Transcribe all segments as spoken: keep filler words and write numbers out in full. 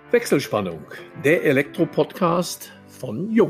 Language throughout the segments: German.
Wechselspannung, der Elektro-Podcast von Jung.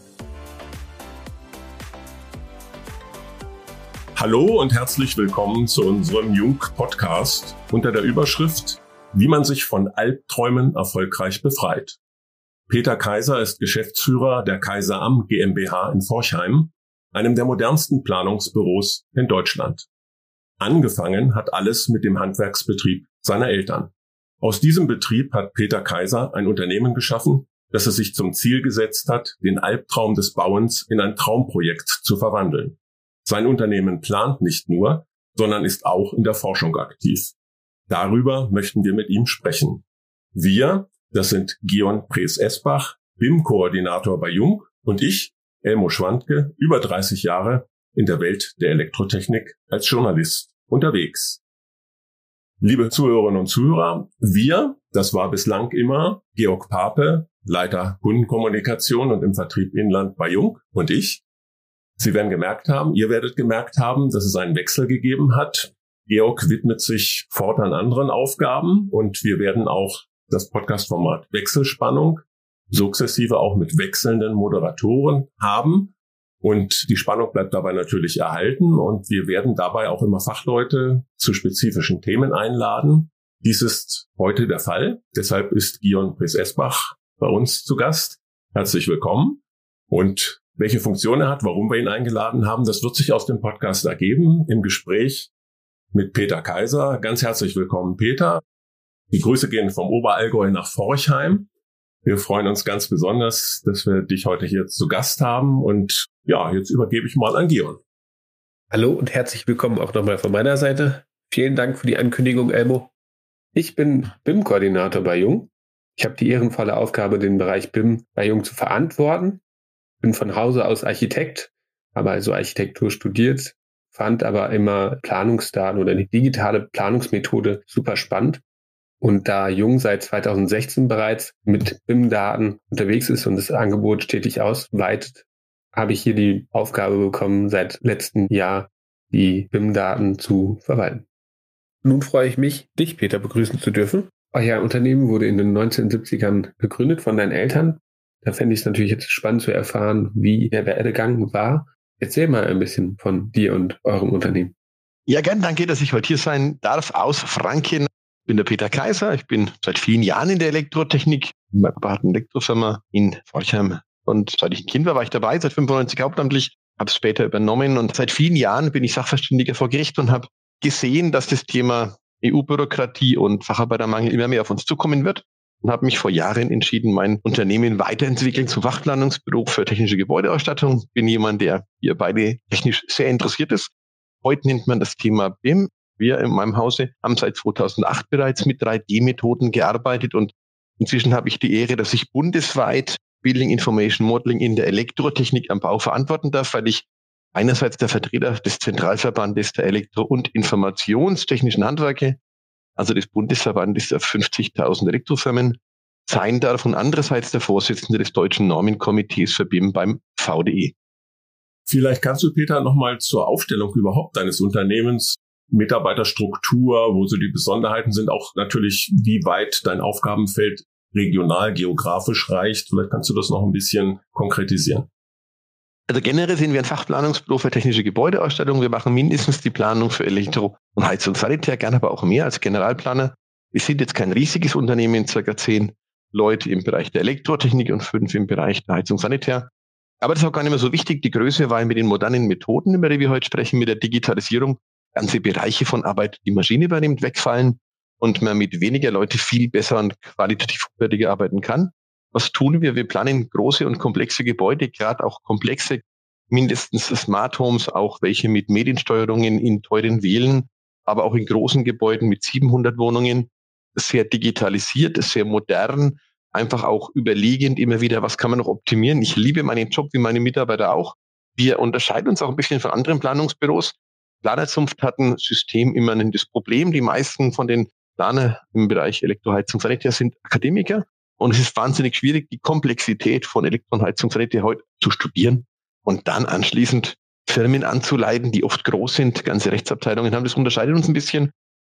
Hallo und herzlich willkommen zu unserem Jung-Podcast unter der Überschrift Wie man sich von Albträumen erfolgreich befreit. Peter Kaiser ist Geschäftsführer der Kaiser Am GmbH in Forchheim, einem der modernsten Planungsbüros in Deutschland. Angefangen hat alles mit dem Handwerksbetrieb seiner Eltern. Aus diesem Betrieb hat Peter Kaiser ein Unternehmen geschaffen, das es sich zum Ziel gesetzt hat, den Albtraum des Bauens in ein Traumprojekt zu verwandeln. Sein Unternehmen plant nicht nur, sondern ist auch in der Forschung aktiv. Darüber möchten wir mit ihm sprechen. Wir, das sind Gion Prees-Esbach, B I M-Koordinator bei Jung, und ich, Elmo Schwandke, über dreißig Jahre in der Welt der Elektrotechnik als Journalist unterwegs. Liebe Zuhörerinnen und Zuhörer, wir, das war bislang immer Georg Pape, Leiter Kundenkommunikation und im Vertrieb Inland bei Jung, und ich. Sie werden gemerkt haben, ihr werdet gemerkt haben, dass es einen Wechsel gegeben hat. Georg widmet sich fortan anderen Aufgaben und wir werden auch das Podcast-Format Wechselspannung sukzessive auch mit wechselnden Moderatoren haben. Und die Spannung bleibt dabei natürlich erhalten und wir werden dabei auch immer Fachleute zu spezifischen Themen einladen. Dies ist heute der Fall. Deshalb ist Gion Prees-Esbach bei uns zu Gast. Herzlich willkommen. Und welche Funktion er hat, warum wir ihn eingeladen haben, das wird sich aus dem Podcast ergeben im Gespräch mit Peter Kaiser. Ganz herzlich willkommen, Peter. Die Grüße gehen vom Oberallgäu nach Forchheim. Wir freuen uns ganz besonders, dass wir dich heute hier zu Gast haben. Und ja, jetzt übergebe ich mal an Gion. Hallo und herzlich willkommen auch nochmal von meiner Seite. Vielen Dank für die Ankündigung, Elmo. Ich bin B I M-Koordinator bei Jung. Ich habe die ehrenvolle Aufgabe, den Bereich B I M bei Jung zu verantworten. Bin von Hause aus Architekt, habe also Architektur studiert, fand aber immer Planungsdaten oder die digitale Planungsmethode super spannend. Und da Jung seit zweitausendsechzehn bereits mit B I M-Daten unterwegs ist und das Angebot stetig ausweitet, habe ich hier die Aufgabe bekommen, seit letztem Jahr die B I M-Daten zu verwalten. Nun freue ich mich, dich, Peter, begrüßen zu dürfen. Euer Unternehmen wurde in den neunzehnhundertsiebzigern gegründet von deinen Eltern. Da fände ich es natürlich jetzt spannend zu erfahren, wie der Werdegang war. Erzähl mal ein bisschen von dir und eurem Unternehmen. Ja, gern, danke, dass ich heute hier sein darf aus Franken. Ich bin der Peter Kaiser, ich bin seit vielen Jahren in der Elektrotechnik. Mein Papa hat eine Elektrofirma in Forchheim und seit ich ein Kind war, war ich dabei, seit fünfundneunzig hauptamtlich, habe es später übernommen und seit vielen Jahren bin ich Sachverständiger vor Gericht und habe gesehen, dass das Thema E U-Bürokratie und Facharbeitermangel immer mehr auf uns zukommen wird und habe mich vor Jahren entschieden, mein Unternehmen weiterentwickeln zum Fachplanungsbüro für technische Gebäudeausstattung. Bin jemand, der hier beide technisch sehr interessiert ist. Heute nennt man das Thema B I M. Wir in meinem Hause haben seit zweitausendacht bereits mit drei D Methoden gearbeitet und inzwischen habe ich die Ehre, dass ich bundesweit Building Information Modeling in der Elektrotechnik am Bau verantworten darf, weil ich einerseits der Vertreter des Zentralverbandes der Elektro- und Informationstechnischen Handwerke, also des Bundesverbandes der fünfzigtausend Elektrofirmen, sein darf und andererseits der Vorsitzende des Deutschen Normenkomitees für B I M beim V D E. Vielleicht kannst du, Peter, nochmal zur Aufstellung überhaupt deines Unternehmens, Mitarbeiterstruktur, wo so die Besonderheiten sind, auch natürlich, wie weit dein Aufgabenfeld regional, geografisch reicht. Vielleicht kannst du das noch ein bisschen konkretisieren. Also generell sind wir ein Fachplanungsbüro für technische Gebäudeausstattung. Wir machen mindestens die Planung für Elektro- und Heizung, Sanitär, gerne aber auch mehr als Generalplaner. Wir sind jetzt kein riesiges Unternehmen, circa zehn Leute im Bereich der Elektrotechnik und fünf im Bereich der Heizung, Sanitär. Aber das ist auch gar nicht mehr so wichtig, die Größe, weil mit den modernen Methoden, über die wir heute sprechen, mit der Digitalisierung, ganze Bereiche von Arbeit, die Maschine übernimmt, wegfallen und man mit weniger Leute viel besser und qualitativ hochwertiger arbeiten kann. Was tun wir? Wir planen große und komplexe Gebäude, gerade auch komplexe, mindestens Smart Homes, auch welche mit Mediensteuerungen in teuren Villen, aber auch in großen Gebäuden mit siebenhundert Wohnungen, sehr digitalisiert, sehr modern, einfach auch überlegend immer wieder, was kann man noch optimieren. Ich liebe meinen Job, wie meine Mitarbeiter auch. Wir unterscheiden uns auch ein bisschen von anderen Planungsbüros. Planerzunft hat ein System immanentes Problem. Die meisten von den Planer im Bereich Elektroheizung, Sanitär sind Akademiker. Und es ist wahnsinnig schwierig, die Komplexität von Elektro- und Heizung, Sanitär heute zu studieren und dann anschließend Firmen anzuleiten, die oft groß sind. Ganze Rechtsabteilungen haben. Das unterscheidet uns ein bisschen.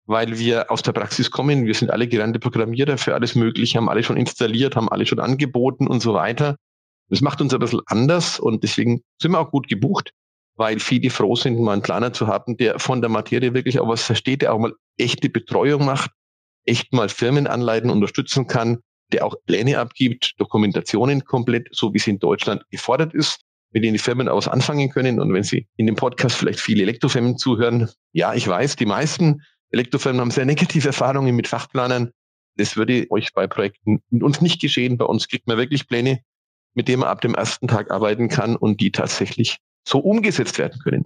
weil wir aus der Praxis kommen. Wir sind alle gelernte Programmierer für alles Mögliche, haben alle schon installiert, haben alle schon angeboten und so weiter. Das macht uns ein bisschen anders und deswegen sind wir auch gut gebucht, weil viele froh sind, mal einen Planer zu haben, der von der Materie wirklich auch was versteht, der auch mal echte Betreuung macht, echt mal Firmen anleiten, unterstützen kann, der auch Pläne abgibt, Dokumentationen komplett, so wie es in Deutschland gefordert ist, mit denen die Firmen auch was anfangen können. Und wenn Sie in dem Podcast vielleicht viele Elektrofirmen zuhören, ja, ich weiß, die meisten Elektrofirmen haben sehr negative Erfahrungen mit Fachplanern. Das würde euch bei Projekten mit uns nicht geschehen. Bei uns kriegt man wirklich Pläne, mit denen man ab dem ersten Tag arbeiten kann und die tatsächlich so umgesetzt werden können.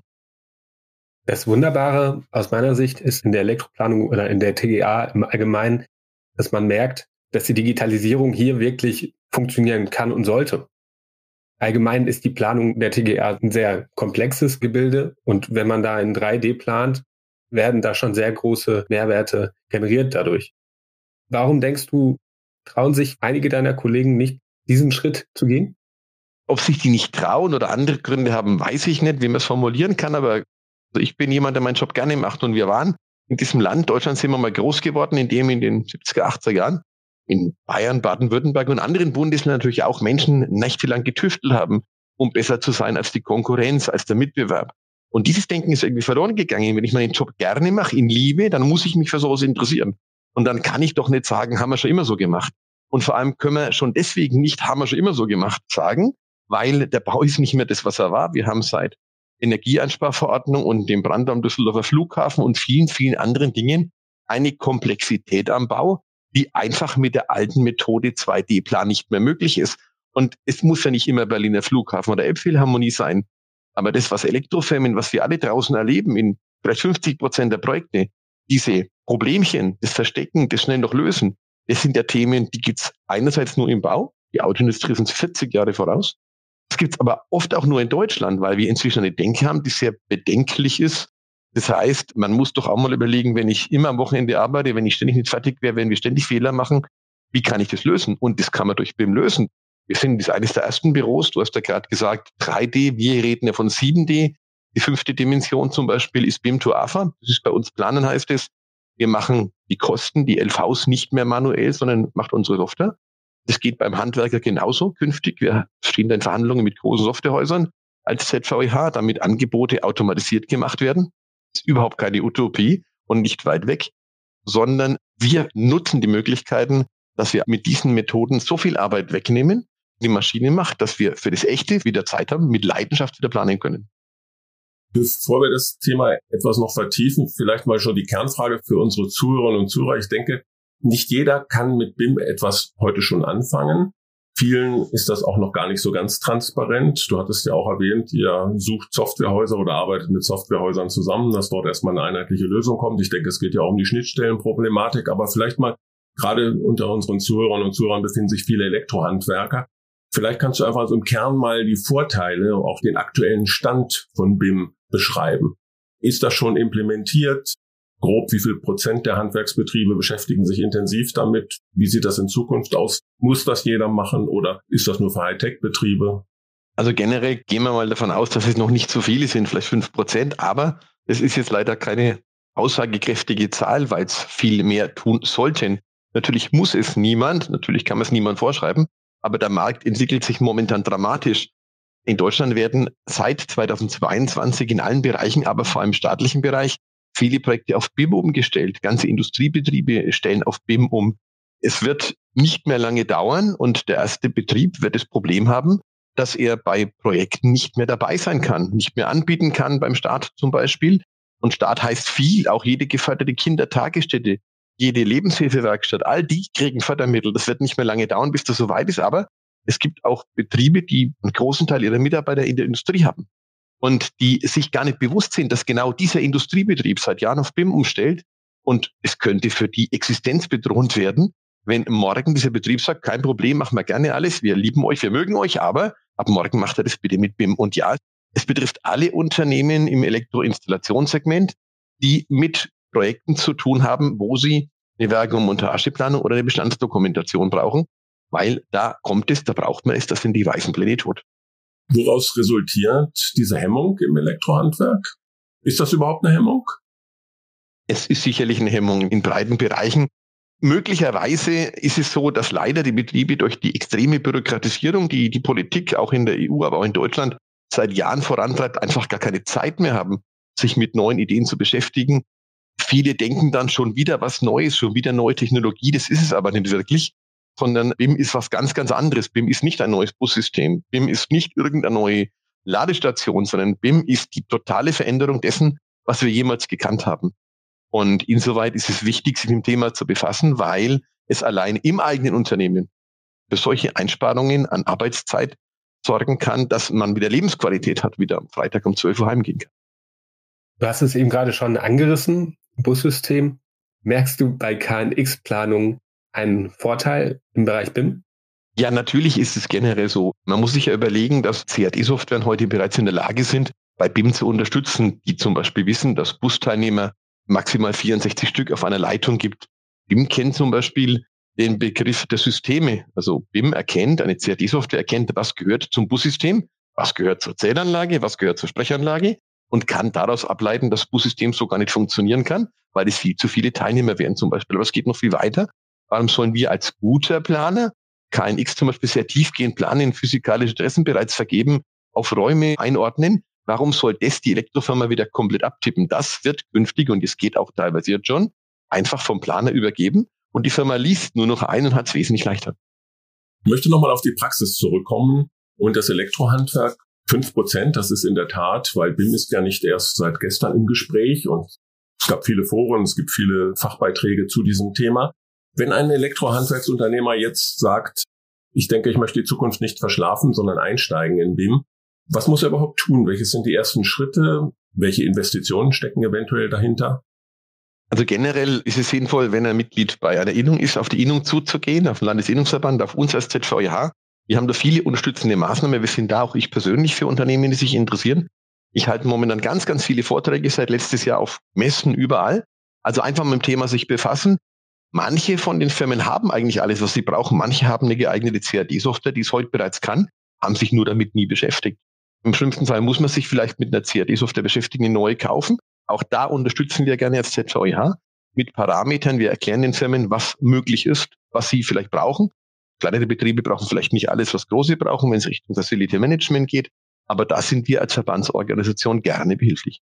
Das Wunderbare aus meiner Sicht ist in der Elektroplanung oder in der T G A im Allgemeinen, dass man merkt, dass die Digitalisierung hier wirklich funktionieren kann und sollte. Allgemein ist die Planung der T G A ein sehr komplexes Gebilde und wenn man da in drei D plant, werden da schon sehr große Mehrwerte generiert dadurch. Warum denkst du, trauen sich einige deiner Kollegen nicht, diesen Schritt zu gehen? Ob sich die nicht trauen oder andere Gründe haben, weiß ich nicht, wie man es formulieren kann, aber also ich bin jemand, der meinen Job gerne macht und wir waren in diesem Land, Deutschland sind wir mal groß geworden, in dem in den siebziger, achtziger Jahren in Bayern, Baden-Württemberg und anderen Bundesländern natürlich auch Menschen nächtelang getüftelt haben, um besser zu sein als die Konkurrenz, als der Mitbewerb. Und dieses Denken ist irgendwie verloren gegangen. Wenn ich meinen Job gerne mache, ihn liebe, dann muss ich mich für sowas interessieren. Und dann kann ich doch nicht sagen, haben wir schon immer so gemacht. Und vor allem können wir schon deswegen nicht, haben wir schon immer so gemacht, sagen, weil der Bau ist nicht mehr das, was er war. Wir haben seit Energieeinsparverordnung und dem Brand am Düsseldorfer Flughafen und vielen, vielen anderen Dingen eine Komplexität am Bau, die einfach mit der alten Methode zwei D Plan nicht mehr möglich ist. Und es muss ja nicht immer Berliner Flughafen oder Elbphilharmonie sein. Aber das, was Elektrofirmen, was wir alle draußen erleben, in vielleicht fünfzig Prozent der Projekte, diese Problemchen, das Verstecken, das schnell noch lösen, das sind ja Themen, die gibt's einerseits nur im Bau. Die Autoindustrie ist uns vierzig Jahre voraus. Das gibt's aber oft auch nur in Deutschland, weil wir inzwischen eine Denke haben, die sehr bedenklich ist. Das heißt, man muss doch auch mal überlegen, wenn ich immer am Wochenende arbeite, wenn ich ständig nicht fertig wäre, wenn wir ständig Fehler machen, wie kann ich das lösen? Und das kann man durch B I M lösen. Wir sind das eines der ersten Büros, du hast ja gerade gesagt, drei D, wir reden ja von sieben D. Die fünfte Dimension zum Beispiel ist B I M to A F A. Das ist bei uns Planen, heißt es. Wir machen die Kosten, die L Vs nicht mehr manuell, sondern macht unsere Software. Das geht beim Handwerker genauso künftig. Wir stehen da in Verhandlungen mit großen Softwarehäusern als Z V E H, damit Angebote automatisiert gemacht werden. Das ist überhaupt keine Utopie und nicht weit weg, sondern wir nutzen die Möglichkeiten, dass wir mit diesen Methoden so viel Arbeit wegnehmen, die Maschine macht, dass wir für das Echte wieder Zeit haben, mit Leidenschaft wieder planen können. Bevor wir das Thema etwas noch vertiefen, vielleicht mal schon die Kernfrage für unsere Zuhörerinnen und Zuhörer. Ich denke, nicht jeder kann mit B I M etwas heute schon anfangen. Vielen ist das auch noch gar nicht so ganz transparent. Du hattest ja auch erwähnt, ihr sucht Softwarehäuser oder arbeitet mit Softwarehäusern zusammen, dass dort erstmal eine einheitliche Lösung kommt. Ich denke, es geht ja auch um die Schnittstellenproblematik, aber vielleicht mal, gerade unter unseren Zuhörern und Zuhörern befinden sich viele Elektrohandwerker. Vielleicht kannst du einfach so im Kern mal die Vorteile, auch den aktuellen Stand von B I M beschreiben. Ist das schon implementiert? Grob, wie viel Prozent der Handwerksbetriebe beschäftigen sich intensiv damit? Wie sieht das in Zukunft aus? Muss das jeder machen oder ist das nur für Hightech-Betriebe? Also generell gehen wir mal davon aus, dass es noch nicht so viele sind, vielleicht fünf Prozent, aber es ist jetzt leider keine aussagekräftige Zahl, weil es viel mehr tun sollten. Natürlich muss es niemand, natürlich kann man es niemand vorschreiben, aber der Markt entwickelt sich momentan dramatisch. In Deutschland werden seit zweitausendzweiundzwanzig in allen Bereichen, aber vor allem im staatlichen Bereich, viele Projekte auf B I M umgestellt. Ganze Industriebetriebe stellen auf B I M um. Es wird nicht mehr lange dauern und der erste Betrieb wird das Problem haben, dass er bei Projekten nicht mehr dabei sein kann, nicht mehr anbieten kann beim Staat zum Beispiel. Und Staat heißt viel, auch jede geförderte Kindertagesstätte, jede Lebenshilfewerkstatt, all die kriegen Fördermittel. Das wird nicht mehr lange dauern, bis das soweit ist, aber es gibt auch Betriebe, die einen großen Teil ihrer Mitarbeiter in der Industrie haben. Und die sich gar nicht bewusst sind, dass genau dieser Industriebetrieb seit Jahren auf B I M umstellt und es könnte für die Existenz bedroht werden, wenn morgen dieser Betrieb sagt, kein Problem, machen wir gerne alles, wir lieben euch, wir mögen euch, aber ab morgen macht er das bitte mit B I M. Und ja, es betrifft alle Unternehmen im Elektroinstallationssegment, die mit Projekten zu tun haben, wo sie eine Werk- und Montageplanung oder eine Bestandsdokumentation brauchen, weil da kommt es, da braucht man es, das sind die weißen Pläne tot. Woraus resultiert diese Hemmung im Elektrohandwerk? Ist das überhaupt eine Hemmung? Es ist sicherlich eine Hemmung in breiten Bereichen. Möglicherweise ist es so, dass leider die Betriebe durch die extreme Bürokratisierung, die die Politik auch in der E U, aber auch in Deutschland seit Jahren vorantreibt, einfach gar keine Zeit mehr haben, sich mit neuen Ideen zu beschäftigen. Viele denken dann schon wieder was Neues, schon wieder neue Technologie. Das ist es aber nicht wirklich, sondern B I M ist was ganz, ganz anderes. B I M ist nicht ein neues Bussystem. B I M ist nicht irgendeine neue Ladestation, sondern B I M ist die totale Veränderung dessen, was wir jemals gekannt haben. Und insoweit ist es wichtig, sich mit dem Thema zu befassen, weil es allein im eigenen Unternehmen für solche Einsparungen an Arbeitszeit sorgen kann, dass man wieder Lebensqualität hat, wieder am Freitag um zwölf Uhr heimgehen kann. Du hast es eben gerade schon angerissen, Bussystem. Merkst du bei K N X-Planung einen Vorteil im Bereich B I M? Ja, natürlich ist es generell so. Man muss sich ja überlegen, dass C A D-Softwaren heute bereits in der Lage sind, bei B I M zu unterstützen, die zum Beispiel wissen, dass Busteilnehmer maximal vierundsechzig Stück auf einer Leitung gibt. B I M kennt zum Beispiel den Begriff der Systeme. Also B I M erkennt, eine C A D-Software erkennt, was gehört zum Bussystem, was gehört zur Zählanlage, was gehört zur Sprechanlage und kann daraus ableiten, dass das Bussystem so gar nicht funktionieren kann, weil es viel zu viele Teilnehmer wären zum Beispiel. Aber es geht noch viel weiter. Warum sollen wir als guter Planer K N X zum Beispiel sehr tiefgehend planen, in physikalische Adressen bereits vergeben, auf Räume einordnen? Warum soll das die Elektrofirma wieder komplett abtippen? Das wird künftig, und es geht auch teilweise jetzt schon, einfach vom Planer übergeben und die Firma liest nur noch ein und hat es wesentlich leichter. Ich möchte nochmal auf die Praxis zurückkommen und das Elektrohandwerk. fünf Prozent, das ist in der Tat, weil B I M ist ja nicht erst seit gestern im Gespräch und es gab viele Foren, es gibt viele Fachbeiträge zu diesem Thema. Wenn ein Elektrohandwerksunternehmer jetzt sagt, ich denke, ich möchte die Zukunft nicht verschlafen, sondern einsteigen in B I M, was muss er überhaupt tun? Welches sind die ersten Schritte? Welche Investitionen stecken eventuell dahinter? Also generell ist es sinnvoll, wenn er Mitglied bei einer Innung ist, auf die Innung zuzugehen, auf den Landesinnungsverband, auf uns als Z V I H. Wir haben da viele unterstützende Maßnahmen. Wir sind da auch ich persönlich für Unternehmen, die sich interessieren. Ich halte momentan ganz, ganz viele Vorträge seit letztes Jahr auf Messen überall. Also einfach mit dem Thema sich befassen. Manche von den Firmen haben eigentlich alles, was sie brauchen. Manche haben eine geeignete C A D-Software, die es heute bereits kann, haben sich nur damit nie beschäftigt. Im schlimmsten Fall muss man sich vielleicht mit einer C A D-Software beschäftigen, eine neue kaufen. Auch da unterstützen wir gerne als Z V I H mit Parametern. Wir erklären den Firmen, was möglich ist, was sie vielleicht brauchen. Kleinere Betriebe brauchen vielleicht nicht alles, was große brauchen, wenn es Richtung Facility Management geht. Aber da sind wir als Verbandsorganisation gerne behilflich.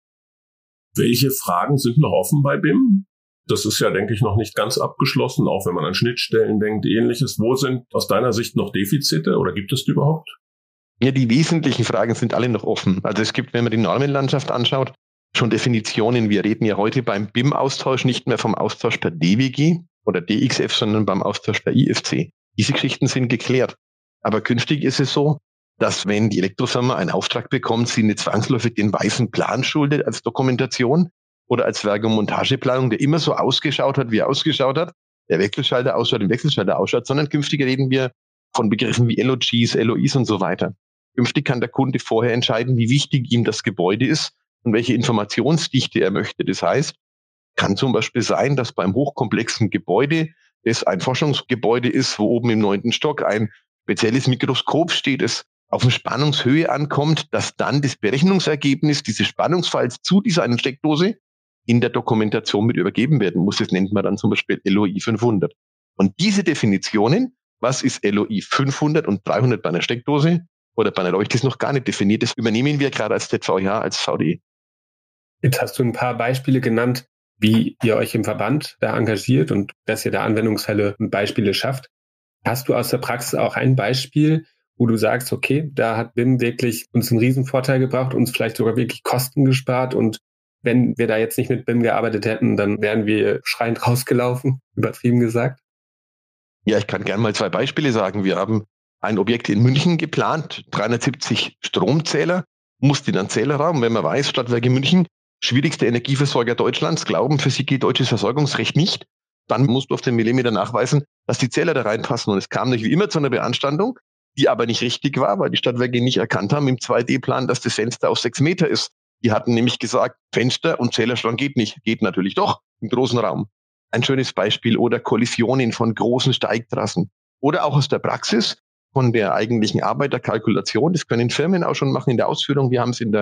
Welche Fragen sind noch offen bei B I M? Das ist ja, denke ich, noch nicht ganz abgeschlossen, auch wenn man an Schnittstellen denkt, ähnliches. Wo sind aus deiner Sicht noch Defizite oder gibt es die überhaupt? Ja, die wesentlichen Fragen sind alle noch offen. Also es gibt, wenn man die Normenlandschaft anschaut, schon Definitionen. Wir reden ja heute beim B I M-Austausch nicht mehr vom Austausch per D W G oder D X F, sondern beim Austausch per I F C. Diese Geschichten sind geklärt. Aber künftig ist es so, dass wenn die Elektrofirma einen Auftrag bekommt, sie nicht zwangsläufig den weißen Plan schuldet als Dokumentation oder als Werk- und Montageplanung, der immer so ausgeschaut hat, wie er ausgeschaut hat, der Wechselschalter ausschaut, im Wechselschalter ausschaut, sondern künftig reden wir von Begriffen wie L O Gs, L O Is und so weiter. Künftig kann der Kunde vorher entscheiden, wie wichtig ihm das Gebäude ist und welche Informationsdichte er möchte. Das heißt, kann zum Beispiel sein, dass beim hochkomplexen Gebäude, das ein Forschungsgebäude ist, wo oben im neunten Stock ein spezielles Mikroskop steht, das auf eine Spannungshöhe ankommt, dass dann das Berechnungsergebnis dieses Spannungsfalls zu dieser einen Steckdose in der Dokumentation mit übergeben werden muss. Das nennt man dann zum Beispiel L O I fünfhundert. Und diese Definitionen, was ist L O I fünfhundert und dreihundert bei einer Steckdose oder bei einer Leuchte, ist noch gar nicht definiert. Das übernehmen wir gerade als Z V I H, als V D E. Jetzt hast du ein paar Beispiele genannt, wie ihr euch im Verband da engagiert und dass ihr da Anwendungsfälle und Beispiele schafft. Hast du aus der Praxis auch ein Beispiel, wo du sagst, okay, da hat B I M wirklich uns einen riesen Vorteil gebracht, uns vielleicht sogar wirklich Kosten gespart und wenn wir da jetzt nicht mit B I M gearbeitet hätten, dann wären wir schreiend rausgelaufen, übertrieben gesagt? Ja, ich kann gerne mal zwei Beispiele sagen. Wir haben ein Objekt in München geplant, dreihundertsiebzig Stromzähler, musste in einen Zählerraum, wenn man weiß, Stadtwerke München, schwierigster Energieversorger Deutschlands, glauben, für sie gilt deutsches Versorgungsrecht nicht. Dann musst du auf den Millimeter nachweisen, dass die Zähler da reinpassen. Und es kam nicht wie immer zu einer Beanstandung, die aber nicht richtig war, weil die Stadtwerke nicht erkannt haben im zwei D Plan, dass das Fenster auf sechs Meter ist. Die hatten nämlich gesagt, Fenster und Zählerschrank geht nicht. Geht natürlich doch im großen Raum. Ein schönes Beispiel. Oder Kollisionen von großen Steigtrassen. Oder auch aus der Praxis von der eigentlichen Arbeit der Kalkulation. Das können Firmen auch schon machen in der Ausführung. Wir haben es in der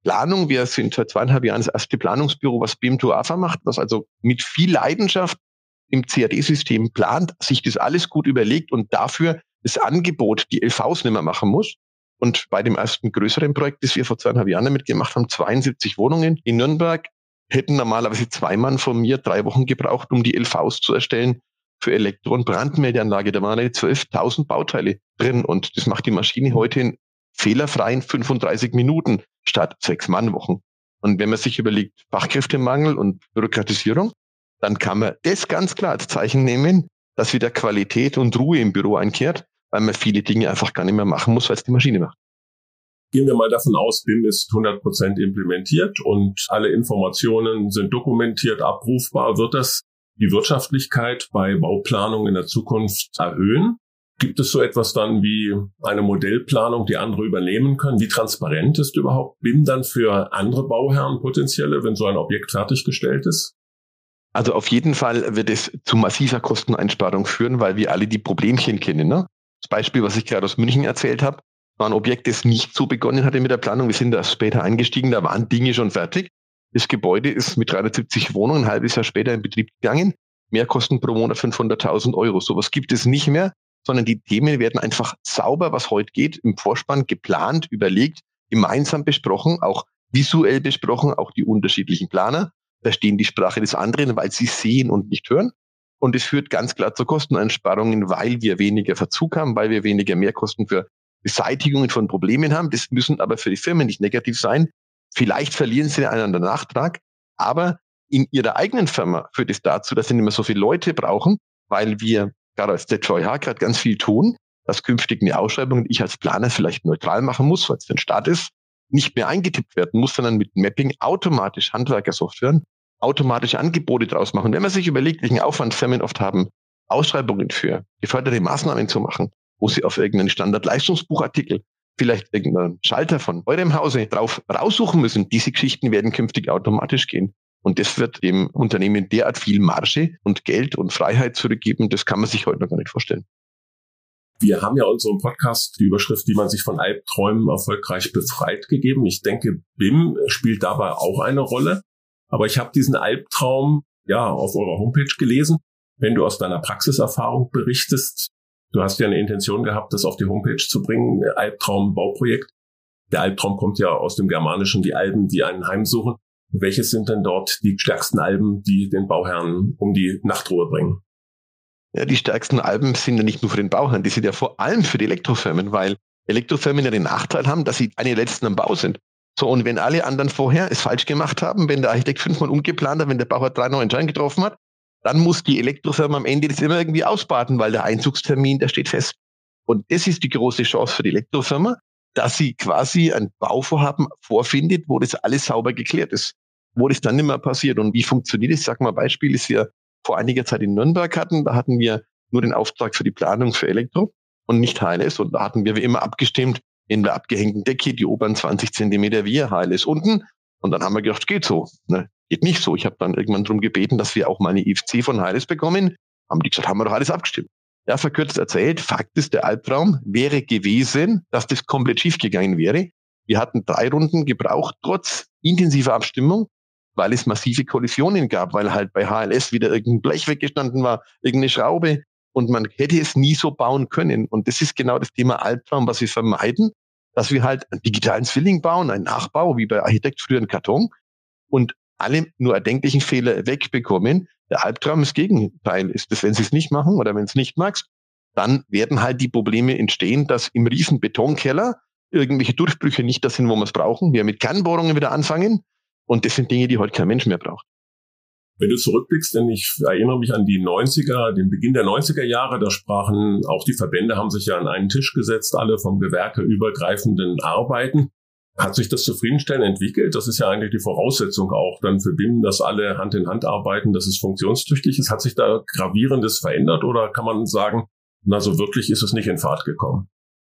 Planung. Wir sind seit zweieinhalb Jahren das erste Planungsbüro, was B I M to A F A macht, was also mit viel Leidenschaft im C A D-System plant, sich das alles gut überlegt und dafür das Angebot, die L Vs nicht mehr machen muss. Und bei dem ersten größeren Projekt, das wir vor zweieinhalb Jahren damit gemacht haben, zweiundsiebzig Wohnungen in Nürnberg, hätten normalerweise zwei Mann von mir drei Wochen gebraucht, um die L Vs zu erstellen für Elektro- und Brandmeldeanlage. Da waren zwölftausend Bauteile drin und das macht die Maschine heute in fehlerfreien fünfunddreißig Minuten statt sechs Mannwochen. Und wenn man sich überlegt, Fachkräftemangel und Bürokratisierung, dann kann man das ganz klar als Zeichen nehmen, dass wieder Qualität und Ruhe im Büro einkehrt, weil man viele Dinge einfach gar nicht mehr machen muss, weil es die Maschine macht. Gehen wir mal davon aus, B I M ist hundert Prozent implementiert und alle Informationen sind dokumentiert, abrufbar. Wird das die Wirtschaftlichkeit bei Bauplanung in der Zukunft erhöhen? Gibt es so etwas dann wie eine Modellplanung, die andere übernehmen können? Wie transparent ist überhaupt B I M dann für andere Bauherren potenzielle, wenn so ein Objekt fertiggestellt ist? Also auf jeden Fall wird es zu massiver Kosteneinsparung führen, weil wir alle die Problemchen kennen. Ne? Das Beispiel, was ich gerade aus München erzählt habe, war ein Objekt, das nicht so begonnen hatte mit der Planung. Wir sind da später eingestiegen, da waren Dinge schon fertig. Das Gebäude ist mit dreihundertsiebzig Wohnungen ein halbes Jahr später in Betrieb gegangen. Mehrkosten pro Monat fünfhunderttausend Euro. Sowas gibt es nicht mehr, sondern die Themen werden einfach sauber, was heute geht, im Vorspann geplant, überlegt, gemeinsam besprochen, auch visuell besprochen, auch die unterschiedlichen Planer verstehen die Sprache des anderen, weil sie sehen und nicht hören. Und es führt ganz klar zu Kosteneinsparungen, weil wir weniger Verzug haben, weil wir weniger Mehrkosten für Beseitigungen von Problemen haben. Das müssen aber für die Firmen nicht negativ sein. Vielleicht verlieren sie einen anderen Nachtrag, aber in ihrer eigenen Firma führt es dazu, dass sie nicht mehr so viele Leute brauchen, weil wir gerade als Z V H gerade ganz viel tun, dass künftig eine Ausschreibung, die ich als Planer vielleicht neutral machen muss, weil es ein Start ist, nicht mehr eingetippt werden muss, sondern mit Mapping automatisch Handwerkersoftware automatisch Angebote draus machen. Wenn man sich überlegt, welchen Aufwand Firmen oft haben, Ausschreibungen für geförderte Maßnahmen zu machen, wo sie auf irgendeinen Standardleistungsbuchartikel vielleicht irgendeinen Schalter von eurem Hause drauf raussuchen müssen, diese Geschichten werden künftig automatisch gehen. Und das wird dem Unternehmen derart viel Marge und Geld und Freiheit zurückgeben, das kann man sich heute noch gar nicht vorstellen. Wir haben ja unserem Podcast die Überschrift, wie man sich von Albträumen erfolgreich befreit, gegeben. Ich denke, B I M spielt dabei auch eine Rolle. Aber ich habe diesen Albtraum ja auf eurer Homepage gelesen. Wenn du aus deiner Praxiserfahrung berichtest, du hast ja eine Intention gehabt, das auf die Homepage zu bringen, Albtraum-Bauprojekt. Der Albtraum kommt ja aus dem Germanischen, die Alben, die einen heimsuchen. Welches sind denn dort die stärksten Alben, die den Bauherren um die Nachtruhe bringen? Ja, die stärksten Alben sind ja nicht nur für den Bauherrn, die sind ja vor allem für die Elektrofirmen, weil Elektrofirmen ja den Nachteil haben, dass sie eine der letzten am Bau sind. So, und wenn alle anderen vorher es falsch gemacht haben, wenn der Architekt fünfmal umgeplant hat, wenn der Bauherr drei neue Entscheidungen getroffen hat, dann muss die Elektrofirma am Ende das immer irgendwie ausbaden, weil der Einzugstermin, der steht fest. Und das ist die große Chance für die Elektrofirma, dass sie quasi ein Bauvorhaben vorfindet, wo das alles sauber geklärt ist, wo das dann nicht mehr passiert. Und wie funktioniert das? Ich sag mal, Beispiel, das wir vor einiger Zeit in Nürnberg hatten. Da hatten wir nur den Auftrag für die Planung für Elektro und nicht H L S. Und da hatten wir wie immer abgestimmt in der abgehängten Decke die oberen zwanzig Zentimeter wir, H L S unten. Und dann haben wir gedacht, geht so. Ne? Geht nicht so. Ich habe dann irgendwann darum gebeten, dass wir auch mal eine I F C von H L S bekommen. Haben die gesagt, haben wir doch alles abgestimmt. Ja, verkürzt erzählt, Fakt ist, der Albtraum wäre gewesen, dass das komplett schiefgegangen wäre. Wir hatten drei Runden gebraucht, trotz intensiver Abstimmung, weil es massive Kollisionen gab, weil halt bei H L S wieder irgendein Blech weggestanden war, irgendeine Schraube und man hätte es nie so bauen können. Und das ist genau das Thema Albtraum, was wir vermeiden, dass wir halt einen digitalen Zwilling bauen, einen Nachbau, wie bei Architekt früher einen Karton und alle nur erdenklichen Fehler wegbekommen. Der Albtraum ist das Gegenteil. Ist das, wenn sie es nicht machen oder wenn es nicht magst, dann werden halt die Probleme entstehen, dass im riesen Betonkeller irgendwelche Durchbrüche nicht das sind, wo wir es brauchen. Wir mit Kernbohrungen wieder anfangen. Und das sind Dinge, die heute kein Mensch mehr braucht. Wenn du zurückblickst, denn ich erinnere mich an die neunziger, den Beginn der neunziger Jahre, da sprachen auch die Verbände, haben sich ja an einen Tisch gesetzt, alle vom Gewerke übergreifenden Arbeiten. Hat sich das zufriedenstellend entwickelt? Das ist ja eigentlich die Voraussetzung auch dann für B I M, dass alle Hand in Hand arbeiten, dass es funktionstüchtig ist. Hat sich da Gravierendes verändert oder kann man sagen, na so wirklich ist es nicht in Fahrt gekommen?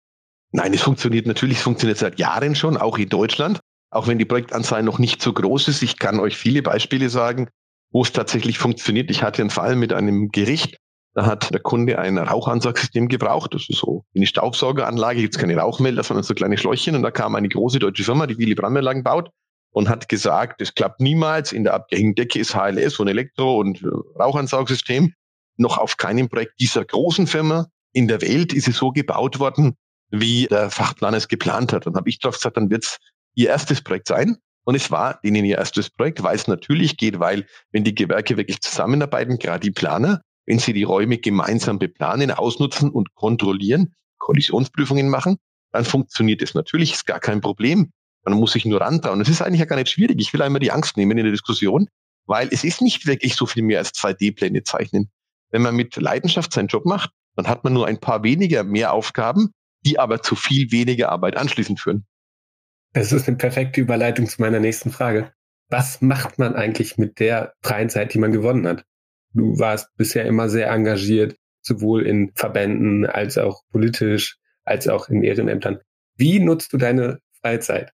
Nein, es funktioniert natürlich, es funktioniert seit Jahren schon, auch in Deutschland. Auch wenn die Projektanzahl noch nicht so groß ist. Ich kann euch viele Beispiele sagen, wo es tatsächlich funktioniert. Ich hatte einen Fall mit einem Gericht, da hat der Kunde ein Rauchansaugsystem gebraucht. Das ist so eine Staubsaugeranlage, gibt es keine Rauchmelder, sondern so kleine Schläuchchen. Und da kam eine große deutsche Firma, die Willy Brandt-Anlagen baut, und hat gesagt, das klappt niemals, in der abgehängten Decke ist H L S und Elektro- und Rauchansaugsystem. Noch auf keinem Projekt dieser großen Firma in der Welt ist es so gebaut worden, wie der Fachplaner es geplant hat. Dann habe ich drauf gesagt, dann wird es ihr erstes Projekt sein. Und es war denen ihr erstes Projekt, weil es natürlich geht, weil wenn die Gewerke wirklich zusammenarbeiten, gerade die Planer, wenn sie die Räume gemeinsam beplanen, ausnutzen und kontrollieren, Kollisionsprüfungen machen, dann funktioniert es natürlich, ist gar kein Problem. Man muss sich nur rantrauen. Es ist eigentlich ja gar nicht schwierig. Ich will einmal die Angst nehmen in der Diskussion, weil es ist nicht wirklich so viel mehr als zwei D-Pläne zeichnen. Wenn man mit Leidenschaft seinen Job macht, dann hat man nur ein paar weniger mehr Aufgaben, die aber zu viel weniger Arbeit anschließend führen. Das ist eine perfekte Überleitung zu meiner nächsten Frage. Was macht man eigentlich mit der freien Zeit, die man gewonnen hat? Du warst bisher immer sehr engagiert, sowohl in Verbänden als auch politisch, als auch in Ehrenämtern. Wie nutzt du deine Freizeit?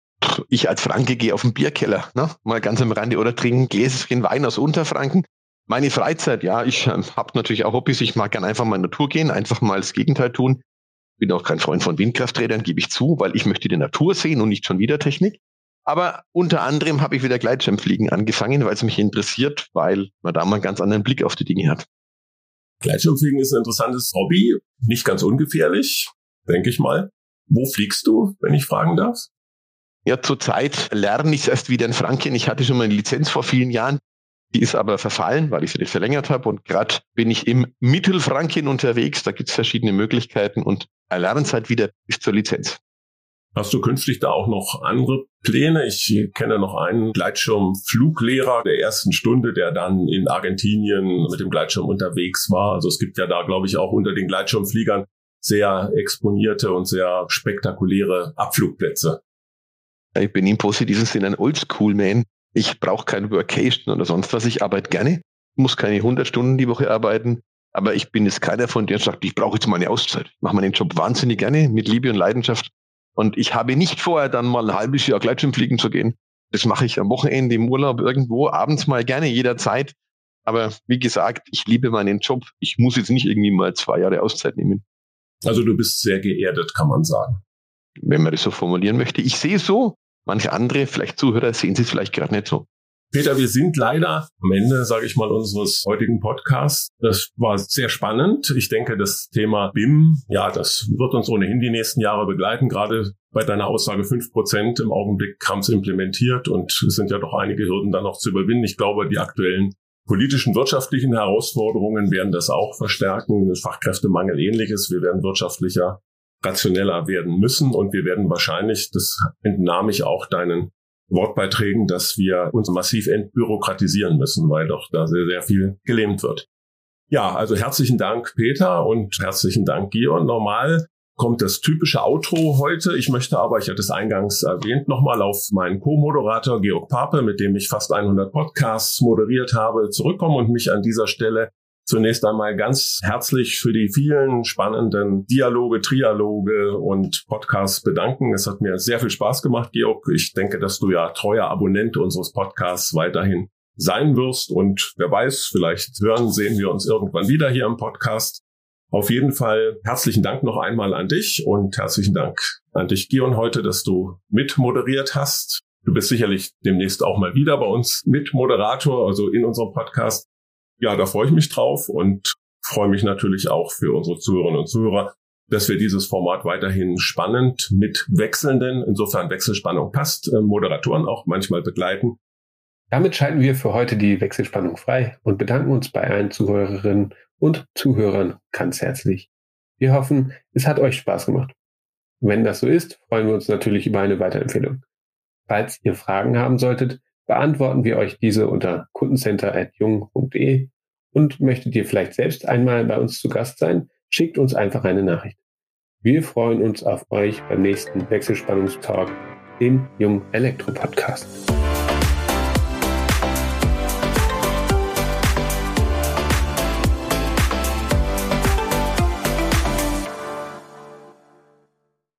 Ich als Franke gehe auf den Bierkeller, ne? Mal ganz am Rande, oder trinke ein Gläschen Wein aus Unterfranken. Meine Freizeit, ja, ich äh, habe natürlich auch Hobbys. Ich mag gerne einfach mal in die Natur gehen, einfach mal das Gegenteil tun. Bin auch kein Freund von Windkrafträdern, gebe ich zu, weil ich möchte die Natur sehen und nicht schon wieder Technik. Aber unter anderem habe ich wieder Gleitschirmfliegen angefangen, weil es mich interessiert, weil man da mal einen ganz anderen Blick auf die Dinge hat. Gleitschirmfliegen ist ein interessantes Hobby, nicht ganz ungefährlich, denke ich mal. Wo fliegst du, wenn ich fragen darf? Ja, zurzeit lerne ich es erst wieder in Franken. Ich hatte schon mal eine Lizenz vor vielen Jahren. Die ist aber verfallen, weil ich sie nicht verlängert habe. Und gerade bin ich im Mittelfranken unterwegs. Da gibt es verschiedene Möglichkeiten und erlernen es halt wieder bis zur Lizenz. Hast du künftig da auch noch andere Pläne? Ich kenne noch einen Gleitschirmfluglehrer der ersten Stunde, der dann in Argentinien mit dem Gleitschirm unterwegs war. Also es gibt ja da, glaube ich, auch unter den Gleitschirmfliegern sehr exponierte und sehr spektakuläre Abflugplätze. Ich bin im positiven Sinne ein Oldschool-Man. Ich brauche kein Workation oder sonst was. Ich arbeite gerne, muss keine hundert Stunden die Woche arbeiten. Aber ich bin jetzt keiner von denen, der sagt, ich brauche jetzt mal eine Auszeit. Ich mache meinen Job wahnsinnig gerne, mit Liebe und Leidenschaft. Und ich habe nicht vor, dann mal ein halbes Jahr Gleitschirmfliegen zu gehen. Das mache ich am Wochenende, im Urlaub, irgendwo, abends mal gerne, jederzeit. Aber wie gesagt, ich liebe meinen Job. Ich muss jetzt nicht irgendwie mal zwei Jahre Auszeit nehmen. Also du bist sehr geerdet, kann man sagen. Wenn man das so formulieren möchte. Ich sehe es so. Manche andere, vielleicht Zuhörer, sehen sie es vielleicht gerade nicht so. Peter, wir sind leider am Ende, sage ich mal, unseres heutigen Podcasts. Das war sehr spannend. Ich denke, das Thema B I M, ja, das wird uns ohnehin die nächsten Jahre begleiten. Gerade bei deiner Aussage fünf Prozent im Augenblick haben es implementiert und es sind ja doch einige Hürden dann noch zu überwinden. Ich glaube, die aktuellen politischen, wirtschaftlichen Herausforderungen werden das auch verstärken. Fachkräftemangel ähnliches. Wir werden wirtschaftlicher, rationeller werden müssen und wir werden wahrscheinlich, das entnahm ich auch deinen Wortbeiträgen, dass wir uns massiv entbürokratisieren müssen, weil doch da sehr, sehr viel gelähmt wird. Ja, also herzlichen Dank, Peter, und herzlichen Dank, Georg. Normal kommt das typische Outro heute. Ich möchte aber, ich hatte es eingangs erwähnt, nochmal auf meinen Co-Moderator Georg Pape, mit dem ich fast hundert Podcasts moderiert habe, zurückkommen und mich an dieser Stelle zunächst einmal ganz herzlich für die vielen spannenden Dialoge, Trialoge und Podcasts bedanken. Es hat mir sehr viel Spaß gemacht, Georg. Ich denke, dass du ja treuer Abonnent unseres Podcasts weiterhin sein wirst. Und wer weiß, vielleicht hören, sehen wir uns irgendwann wieder hier im Podcast. Auf jeden Fall herzlichen Dank noch einmal an dich und herzlichen Dank an dich, Georg, heute, dass du mitmoderiert hast. Du bist sicherlich demnächst auch mal wieder bei uns Mitmoderator, also in unserem Podcast. Ja, da freue ich mich drauf und freue mich natürlich auch für unsere Zuhörerinnen und Zuhörer, dass wir dieses Format weiterhin spannend mit wechselnden, insofern Wechselspannung passt, äh, Moderatoren auch manchmal begleiten. Damit schalten wir für heute die Wechselspannung frei und bedanken uns bei allen Zuhörerinnen und Zuhörern ganz herzlich. Wir hoffen, es hat euch Spaß gemacht. Wenn das so ist, freuen wir uns natürlich über eine Weiterempfehlung. Falls ihr Fragen haben solltet, beantworten wir euch diese unter kundencenter at jung punkt de und möchtet ihr vielleicht selbst einmal bei uns zu Gast sein, schickt uns einfach eine Nachricht. Wir freuen uns auf euch beim nächsten Wechselspannungstalk, dem Jung Elektro Podcast.